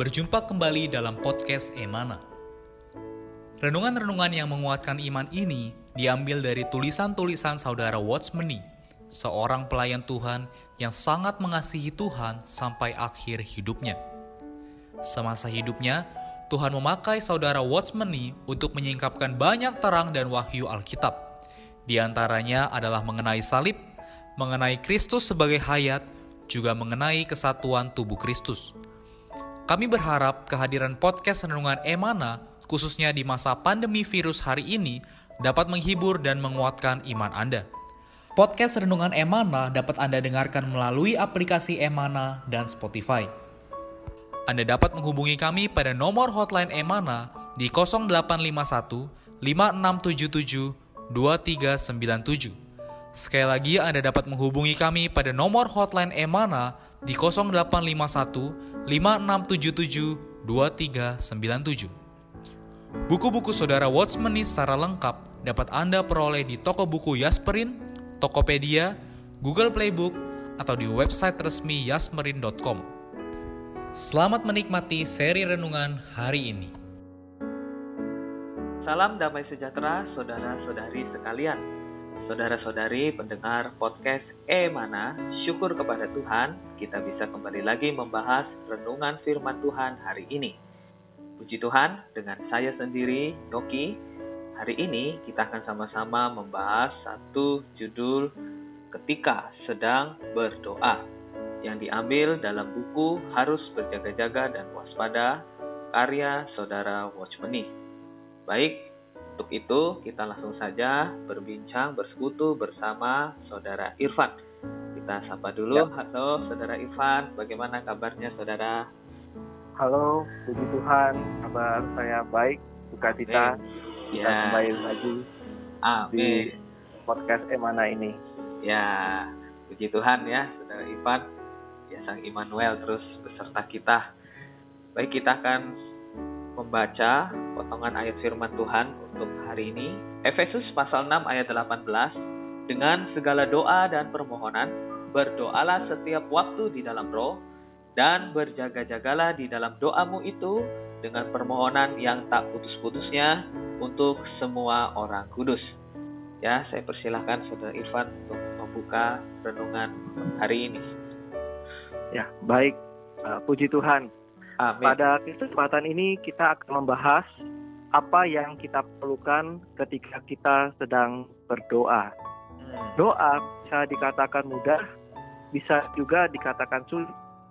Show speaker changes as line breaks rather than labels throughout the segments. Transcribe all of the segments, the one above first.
Berjumpa kembali dalam podcast Emana. Renungan-renungan yang menguatkan iman ini diambil dari tulisan-tulisan saudara Watchmeni, seorang pelayan Tuhan yang sangat mengasihi Tuhan sampai akhir hidupnya. Semasa hidupnya, Tuhan memakai saudara Watchmeni untuk menyingkapkan banyak terang dan wahyu Alkitab. Di antaranya adalah mengenai salib, mengenai Kristus sebagai hayat, juga mengenai kesatuan tubuh Kristus. Kami berharap kehadiran podcast Renungan Emana, khususnya di masa pandemi virus hari ini, dapat menghibur dan menguatkan iman Anda. Podcast Renungan Emana dapat Anda dengarkan melalui aplikasi Emana dan Spotify. Anda dapat menghubungi kami pada nomor hotline Emana di 0851 5677 2397. Sekali lagi Anda dapat menghubungi kami pada nomor hotline Emana di 0851 5677 2397. Buku-buku saudara Watchmeni secara lengkap dapat Anda peroleh di toko buku Yasmerin, Tokopedia, Google Playbook, atau di website resmi yasmerin.com. Selamat menikmati seri renungan hari ini.
Salam damai sejahtera saudara-saudari sekalian. Saudara-saudari pendengar podcast Emana, syukur kepada Tuhan kita bisa kembali lagi membahas renungan firman Tuhan hari ini. Puji Tuhan, dengan saya sendiri, Yoki, hari ini kita akan sama-sama membahas satu judul Ketika Sedang Berdoa yang diambil dalam buku Harus Berjaga-jaga dan Waspada karya saudara Watchmeni. Baik, untuk itu kita langsung saja berbincang bersekutu bersama saudara Irfan. Kita sapa dulu. Halo saudara Irfan, bagaimana kabarnya saudara?
Halo, puji Tuhan, kabar saya baik, sukacita. Kita kembali lagi di podcast Emana ini.
Ya, puji Tuhan ya saudara Irfan, ya Sang Immanuel terus beserta kita. Baik, kita akan membaca potongan ayat firman Tuhan untuk hari ini. Efesus pasal 6 ayat 18. Dengan segala doa dan permohonan, berdoalah setiap waktu di dalam roh, dan berjaga-jagalah di dalam doamu itu dengan permohonan yang tak putus-putusnya untuk semua orang kudus. Ya, saya persilahkan saudara Irfan untuk membuka renungan hari ini.
Ya, baik. Puji Tuhan.
Amin.
Pada kesempatan ini kita akan membahas apa yang kita perlukan ketika kita sedang berdoa. Doa bisa dikatakan mudah, bisa juga dikatakan sulit.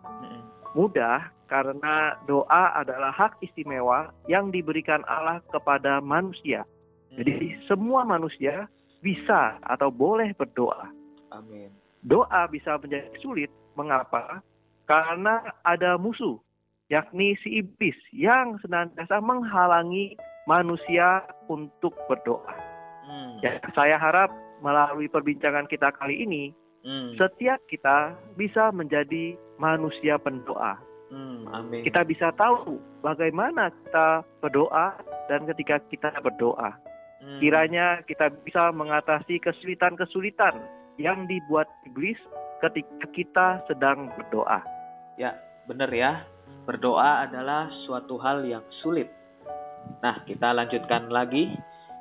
Mudah karena doa adalah hak istimewa yang diberikan Allah kepada manusia. Jadi semua manusia bisa atau boleh berdoa.
Amin.
Doa bisa menjadi sulit. Mengapa? Karena ada musuh, yakni si iblis yang senantiasa menghalangi manusia untuk berdoa. Ya, saya harap melalui perbincangan kita kali ini, setiap kita bisa menjadi manusia pendoa.
Amin.
Kita bisa tahu bagaimana kita berdoa dan ketika kita berdoa. Kiranya kita bisa mengatasi kesulitan-kesulitan yang dibuat iblis ketika kita sedang berdoa.
Ya, benar ya. Berdoa adalah suatu hal yang sulit. Nah, kita lanjutkan lagi.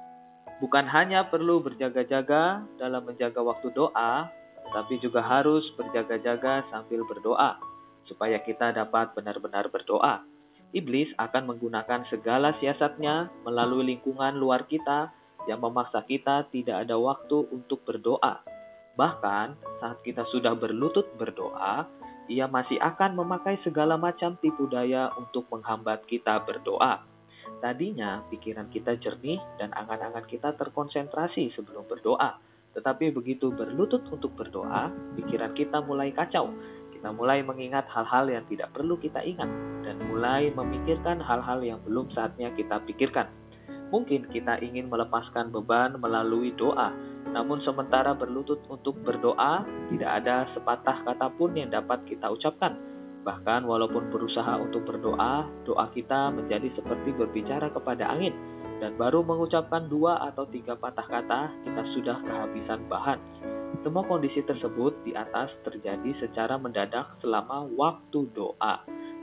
Bukan hanya perlu berjaga-jaga dalam menjaga waktu doa, tapi juga harus berjaga-jaga sambil berdoa, supaya kita dapat benar-benar berdoa. Iblis akan menggunakan segala siasatnya melalui lingkungan luar kita yang memaksa kita tidak ada waktu untuk berdoa. Bahkan saat kita sudah berlutut berdoa, ia masih akan memakai segala macam tipu daya untuk menghambat kita berdoa. Tadinya pikiran kita jernih dan angan-angan kita terkonsentrasi sebelum berdoa. Tetapi begitu berlutut untuk berdoa, pikiran kita mulai kacau. Kita mulai mengingat hal-hal yang tidak perlu kita ingat dan mulai memikirkan hal-hal yang belum saatnya kita pikirkan. Mungkin kita ingin melepaskan beban melalui doa, namun sementara berlutut untuk berdoa, tidak ada sepatah kata pun yang dapat kita ucapkan. Bahkan walaupun berusaha untuk berdoa, doa kita menjadi seperti berbicara kepada angin. Dan baru mengucapkan 2 atau 3 patah kata, kita sudah kehabisan bahan. Semua kondisi tersebut di atas terjadi secara mendadak selama waktu doa.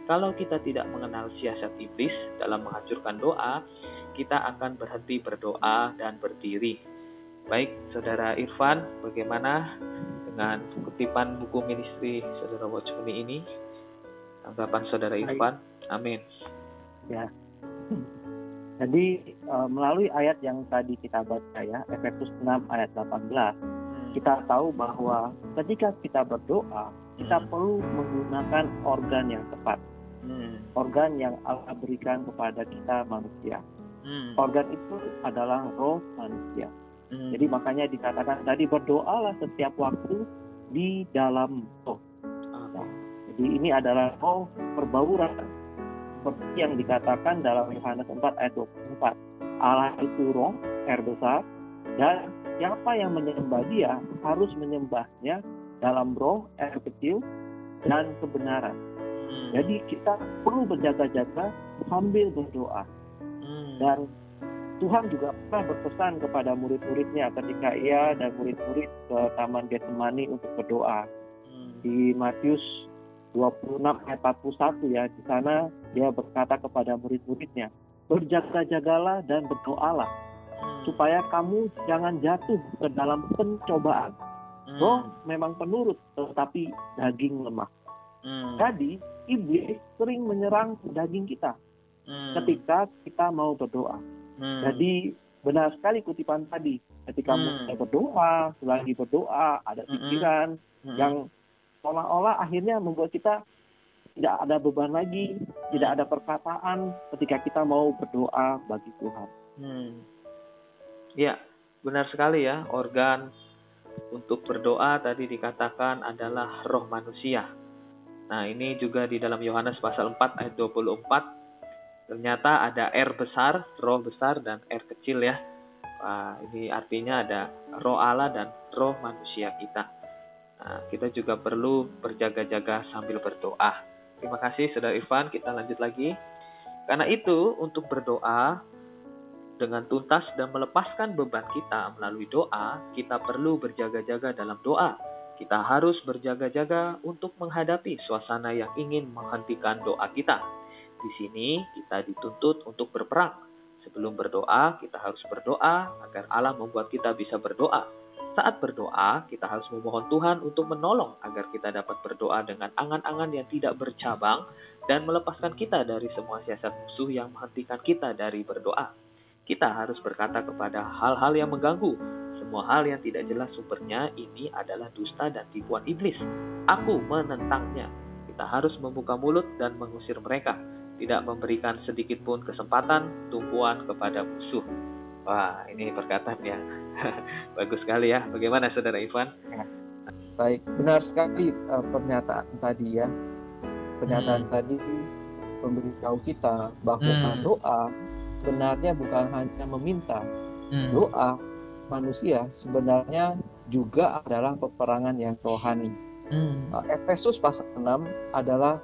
kalau kita tidak mengenal siasat iblis dalam menghancurkan doa, kita akan berhenti berdoa dan berdiri. Baik, Saudara Irfan, bagaimana dengan kutipan buku ministry Saudara Watchmeni ini? Tanggapan Saudara Irfan? Amin.
Ya. Jadi melalui ayat yang tadi kita baca ya, Efesus 6 ayat 18, kita tahu bahwa ketika kita berdoa, kita perlu menggunakan organ yang tepat. Organ yang Allah berikan kepada kita manusia. Organ itu adalah roh manusia. Jadi makanya dikatakan tadi berdoalah setiap waktu di dalam roh. Nah, jadi ini adalah roh perbauran. Seperti yang dikatakan dalam Yohanes 4 ayat 24. Allah itu roh, R besar, dan siapa yang menyembah dia harus menyembahnya dalam roh, R kecil, dan kebenaran. Jadi kita perlu berjaga-jaga sambil berdoa. Dan Tuhan juga pernah berpesan kepada murid-muridnya ketika ia dan murid-murid ke Taman Getsemani untuk berdoa. Di Matius 26 ayat 41 ya, di sana dia berkata kepada murid-muridnya, berjaga-jagalah dan berdoalah, supaya kamu jangan jatuh ke dalam pencobaan. Roh memang penurut, tetapi daging lemah. Jadi, iblis sering menyerang daging kita ketika kita mau berdoa. Jadi, benar sekali kutipan tadi. Ketika mulai berdoa, selagi berdoa, ada pikiran yang seolah-olah akhirnya membuat kita tidak ada beban lagi, tidak ada perkataan ketika kita mau berdoa bagi Tuhan.
Ya, benar sekali ya. Organ untuk berdoa tadi dikatakan adalah roh manusia. Nah, ini juga di dalam Yohanes pasal 4 ayat 24. Ternyata ada R besar, roh besar, dan R kecil ya. Ini artinya ada roh Allah dan roh manusia kita. Nah, kita juga perlu berjaga-jaga sambil berdoa. Terima kasih Saudara Irfan, kita lanjut lagi. Karena itu, untuk berdoa dengan tuntas dan melepaskan beban kita melalui doa, kita perlu berjaga-jaga dalam doa. Kita harus berjaga-jaga untuk menghadapi suasana yang ingin menghentikan doa kita. Di sini kita dituntut untuk berperang. Sebelum berdoa, kita harus berdoa agar Allah membuat kita bisa berdoa. Saat berdoa, kita harus memohon Tuhan untuk menolong agar kita dapat berdoa dengan angan-angan yang tidak bercabang dan melepaskan kita dari semua siasat musuh yang menghentikan kita dari berdoa. Kita harus berkata kepada hal-hal yang mengganggu. Semua hal yang tidak jelas sumbernya ini adalah dusta dan tipuan iblis. Aku menentangnya. Kita harus membuka mulut dan mengusir mereka. Tidak memberikan sedikit pun kesempatan tumpuan kepada musuh. Wah, ini perkataan ya. Bagus sekali ya. Bagaimana Saudara Ivan?
Baik, benar sekali pernyataan tadi ya. Pernyataan tadi memberitahu kita bahwa doa sebenarnya bukan hanya meminta. Doa manusia sebenarnya juga adalah peperangan yang rohani. Efesus pasal 6 adalah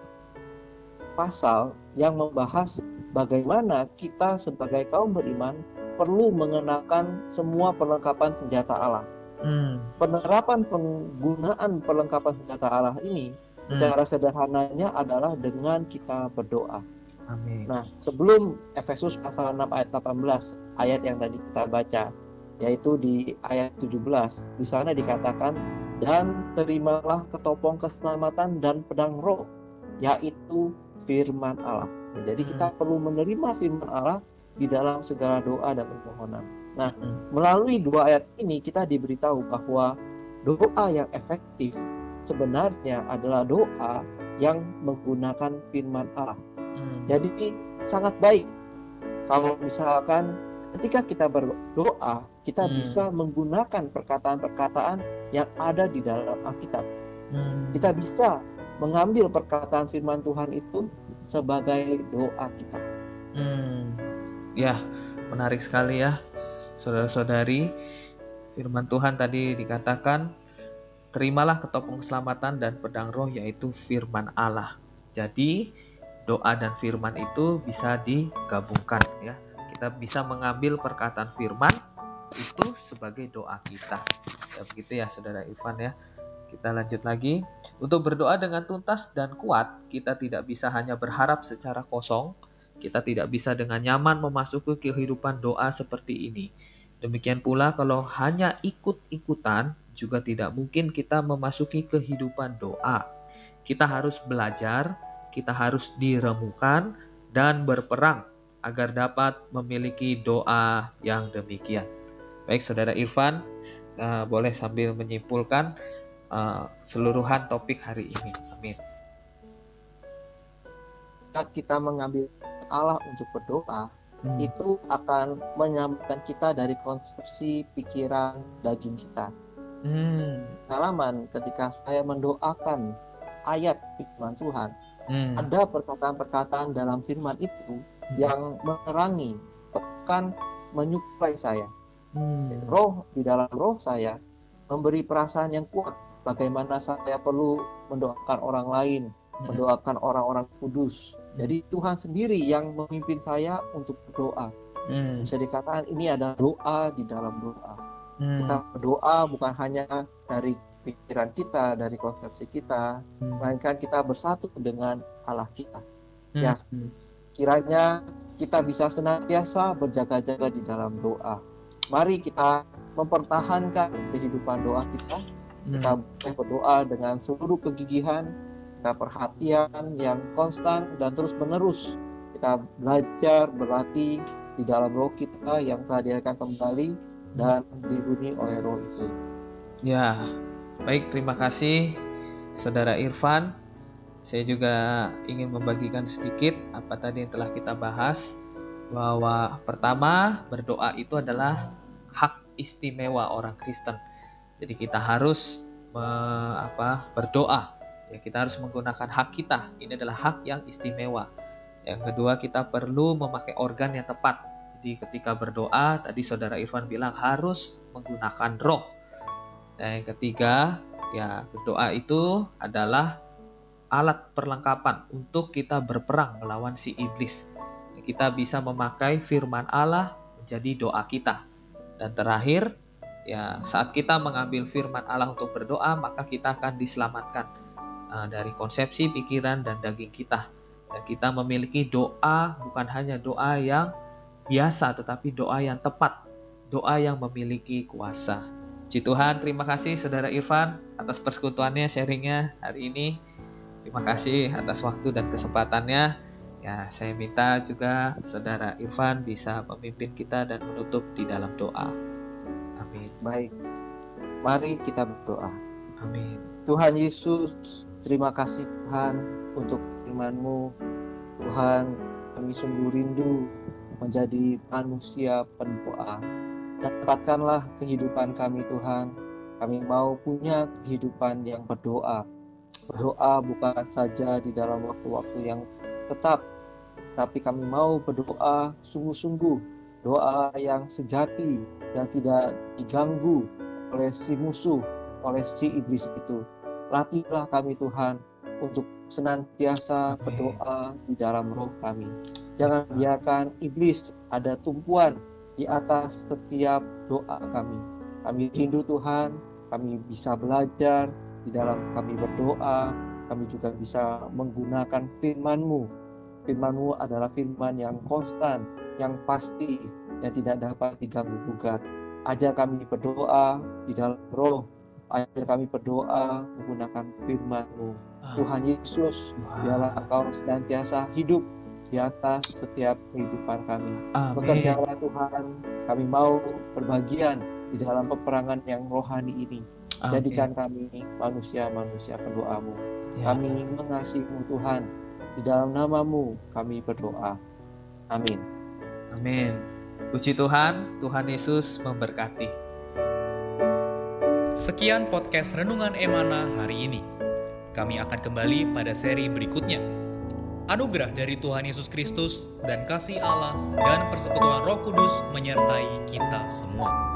pasal yang membahas bagaimana kita sebagai kaum beriman perlu mengenakan semua perlengkapan senjata Allah. Penerapan penggunaan perlengkapan senjata Allah ini secara sederhananya adalah dengan kita berdoa.
Amin.
Nah, sebelum Efesus pasal 6 ayat 18, ayat yang tadi kita baca, yaitu di ayat 17, di sana dikatakan, dan terimalah ketopong keselamatan dan pedang roh, yaitu firman Allah. Nah, jadi kita perlu menerima firman Allah di dalam segala doa dan permohonan. Nah, melalui dua ayat ini kita diberitahu bahwa doa yang efektif sebenarnya adalah doa yang menggunakan firman Allah. Jadi sangat baik kalau misalkan ketika kita berdoa, kita bisa menggunakan perkataan-perkataan yang ada di dalam Alkitab. Kita bisa mengambil perkataan firman Tuhan itu sebagai doa kita.
Ya, menarik sekali ya, saudara-saudari. Firman Tuhan tadi dikatakan, terimalah ketopong keselamatan dan pedang roh, yaitu firman Allah. Jadi, doa dan firman itu bisa digabungkan ya. Kita bisa mengambil perkataan firman itu sebagai doa kita. Ya, begitu ya Saudara Ivan ya. Kita lanjut lagi.
Untuk berdoa dengan tuntas dan kuat, kita tidak bisa hanya berharap secara kosong. Kita tidak bisa dengan nyaman memasuki kehidupan doa seperti ini. Demikian pula kalau hanya ikut-ikutan, juga tidak mungkin kita memasuki kehidupan doa. Kita harus belajar, kita harus diremukan, dan berperang agar dapat memiliki doa yang demikian. Baik, Saudara Irfan, boleh sambil menyimpulkan seluruhan topik hari ini. Amin.
Saat kita mengambil Allah untuk berdoa, itu akan menyelamatkan kita dari konsepsi pikiran daging kita. Pengalaman ketika saya mendoakan ayat firman Tuhan, ada perkataan-perkataan dalam firman itu yang menerangi, bahkan menyuplai saya. Roh di dalam roh saya memberi perasaan yang kuat bagaimana saya perlu mendoakan orang lain, mendoakan orang-orang kudus. Jadi Tuhan sendiri yang memimpin saya untuk berdoa. Bisa dikatakan ini adalah doa di dalam doa. Kita berdoa bukan hanya dari pikiran kita, dari konsepsi kita, melainkan kita bersatu dengan Allah kita. Ya, kiranya kita bisa senantiasa berjaga-jaga di dalam doa. Mari kita mempertahankan kehidupan doa kita. Kita boleh berdoa dengan seluruh kegigihan, kita perhatian yang konstan dan terus menerus. Kita belajar, berlatih di dalam roh kita yang telah dilahirkan kembali dan dihuni oleh roh itu.
Ya, baik, terima kasih Saudara Irfan. Saya juga ingin membagikan sedikit apa tadi yang telah kita bahas. Bahwa pertama, berdoa itu adalah hak istimewa orang Kristen. Jadi kita harus berdoa. Ya, kita harus menggunakan hak kita. Ini adalah hak yang istimewa. Yang kedua, kita perlu memakai organ yang tepat. Jadi ketika berdoa, tadi Saudara Irfan bilang harus menggunakan roh. Dan yang ketiga, ya berdoa itu adalah alat perlengkapan untuk kita berperang melawan si iblis. Kita bisa memakai firman Allah menjadi doa kita. Dan terakhir, ya saat kita mengambil firman Allah untuk berdoa, maka kita akan diselamatkan dari konsepsi, pikiran, dan daging kita. Dan kita memiliki doa, bukan hanya doa yang biasa, tetapi doa yang tepat, doa yang memiliki kuasa. Puji Tuhan, terima kasih Saudara Irfan atas persekutuannya, sharingnya hari ini. Terima kasih atas waktu dan kesempatannya. Ya, saya minta juga Saudara Irfan bisa memimpin kita dan menutup di dalam doa. Amin.
Baik, mari kita berdoa.
Amin.
Tuhan Yesus, terima kasih Tuhan untuk firman-Mu. Tuhan, kami sungguh rindu menjadi manusia pendoa. Dapatkanlah kehidupan kami Tuhan. Kami mau punya kehidupan yang berdoa. Berdoa bukan saja di dalam waktu-waktu yang tetap, tapi kami mau berdoa sungguh-sungguh, doa yang sejati, yang tidak diganggu oleh si musuh, oleh si iblis itu. Latihlah kami Tuhan untuk senantiasa berdoa di dalam roh kami. Jangan biarkan iblis ada tumpuan di atas setiap doa kami. Kami rindu Tuhan, kami bisa belajar di dalam kami berdoa. Kami juga bisa menggunakan firman-Mu. Firman-Mu adalah firman yang konstan, yang pasti, yang tidak dapat diganggu-gugat. Ajar kami berdoa di dalam roh. Ajar kami berdoa menggunakan firman-Mu. Tuhan Yesus, biarlah Engkau senantiasa hidup di atas setiap kehidupan kami. Bekerjalah Tuhan, kami mau berbagian di dalam peperangan yang rohani ini. Jadikan kami manusia-manusia pendoa-Mu. Kami mengasihi-Mu Tuhan. Di dalam nama-Mu kami berdoa. Amin.
Amin. Puji Tuhan, Tuhan Yesus memberkati.
Sekian podcast Renungan Emana hari ini. Kami akan kembali pada seri berikutnya. Anugerah dari Tuhan Yesus Kristus dan kasih Allah dan persekutuan Roh Kudus menyertai kita semua.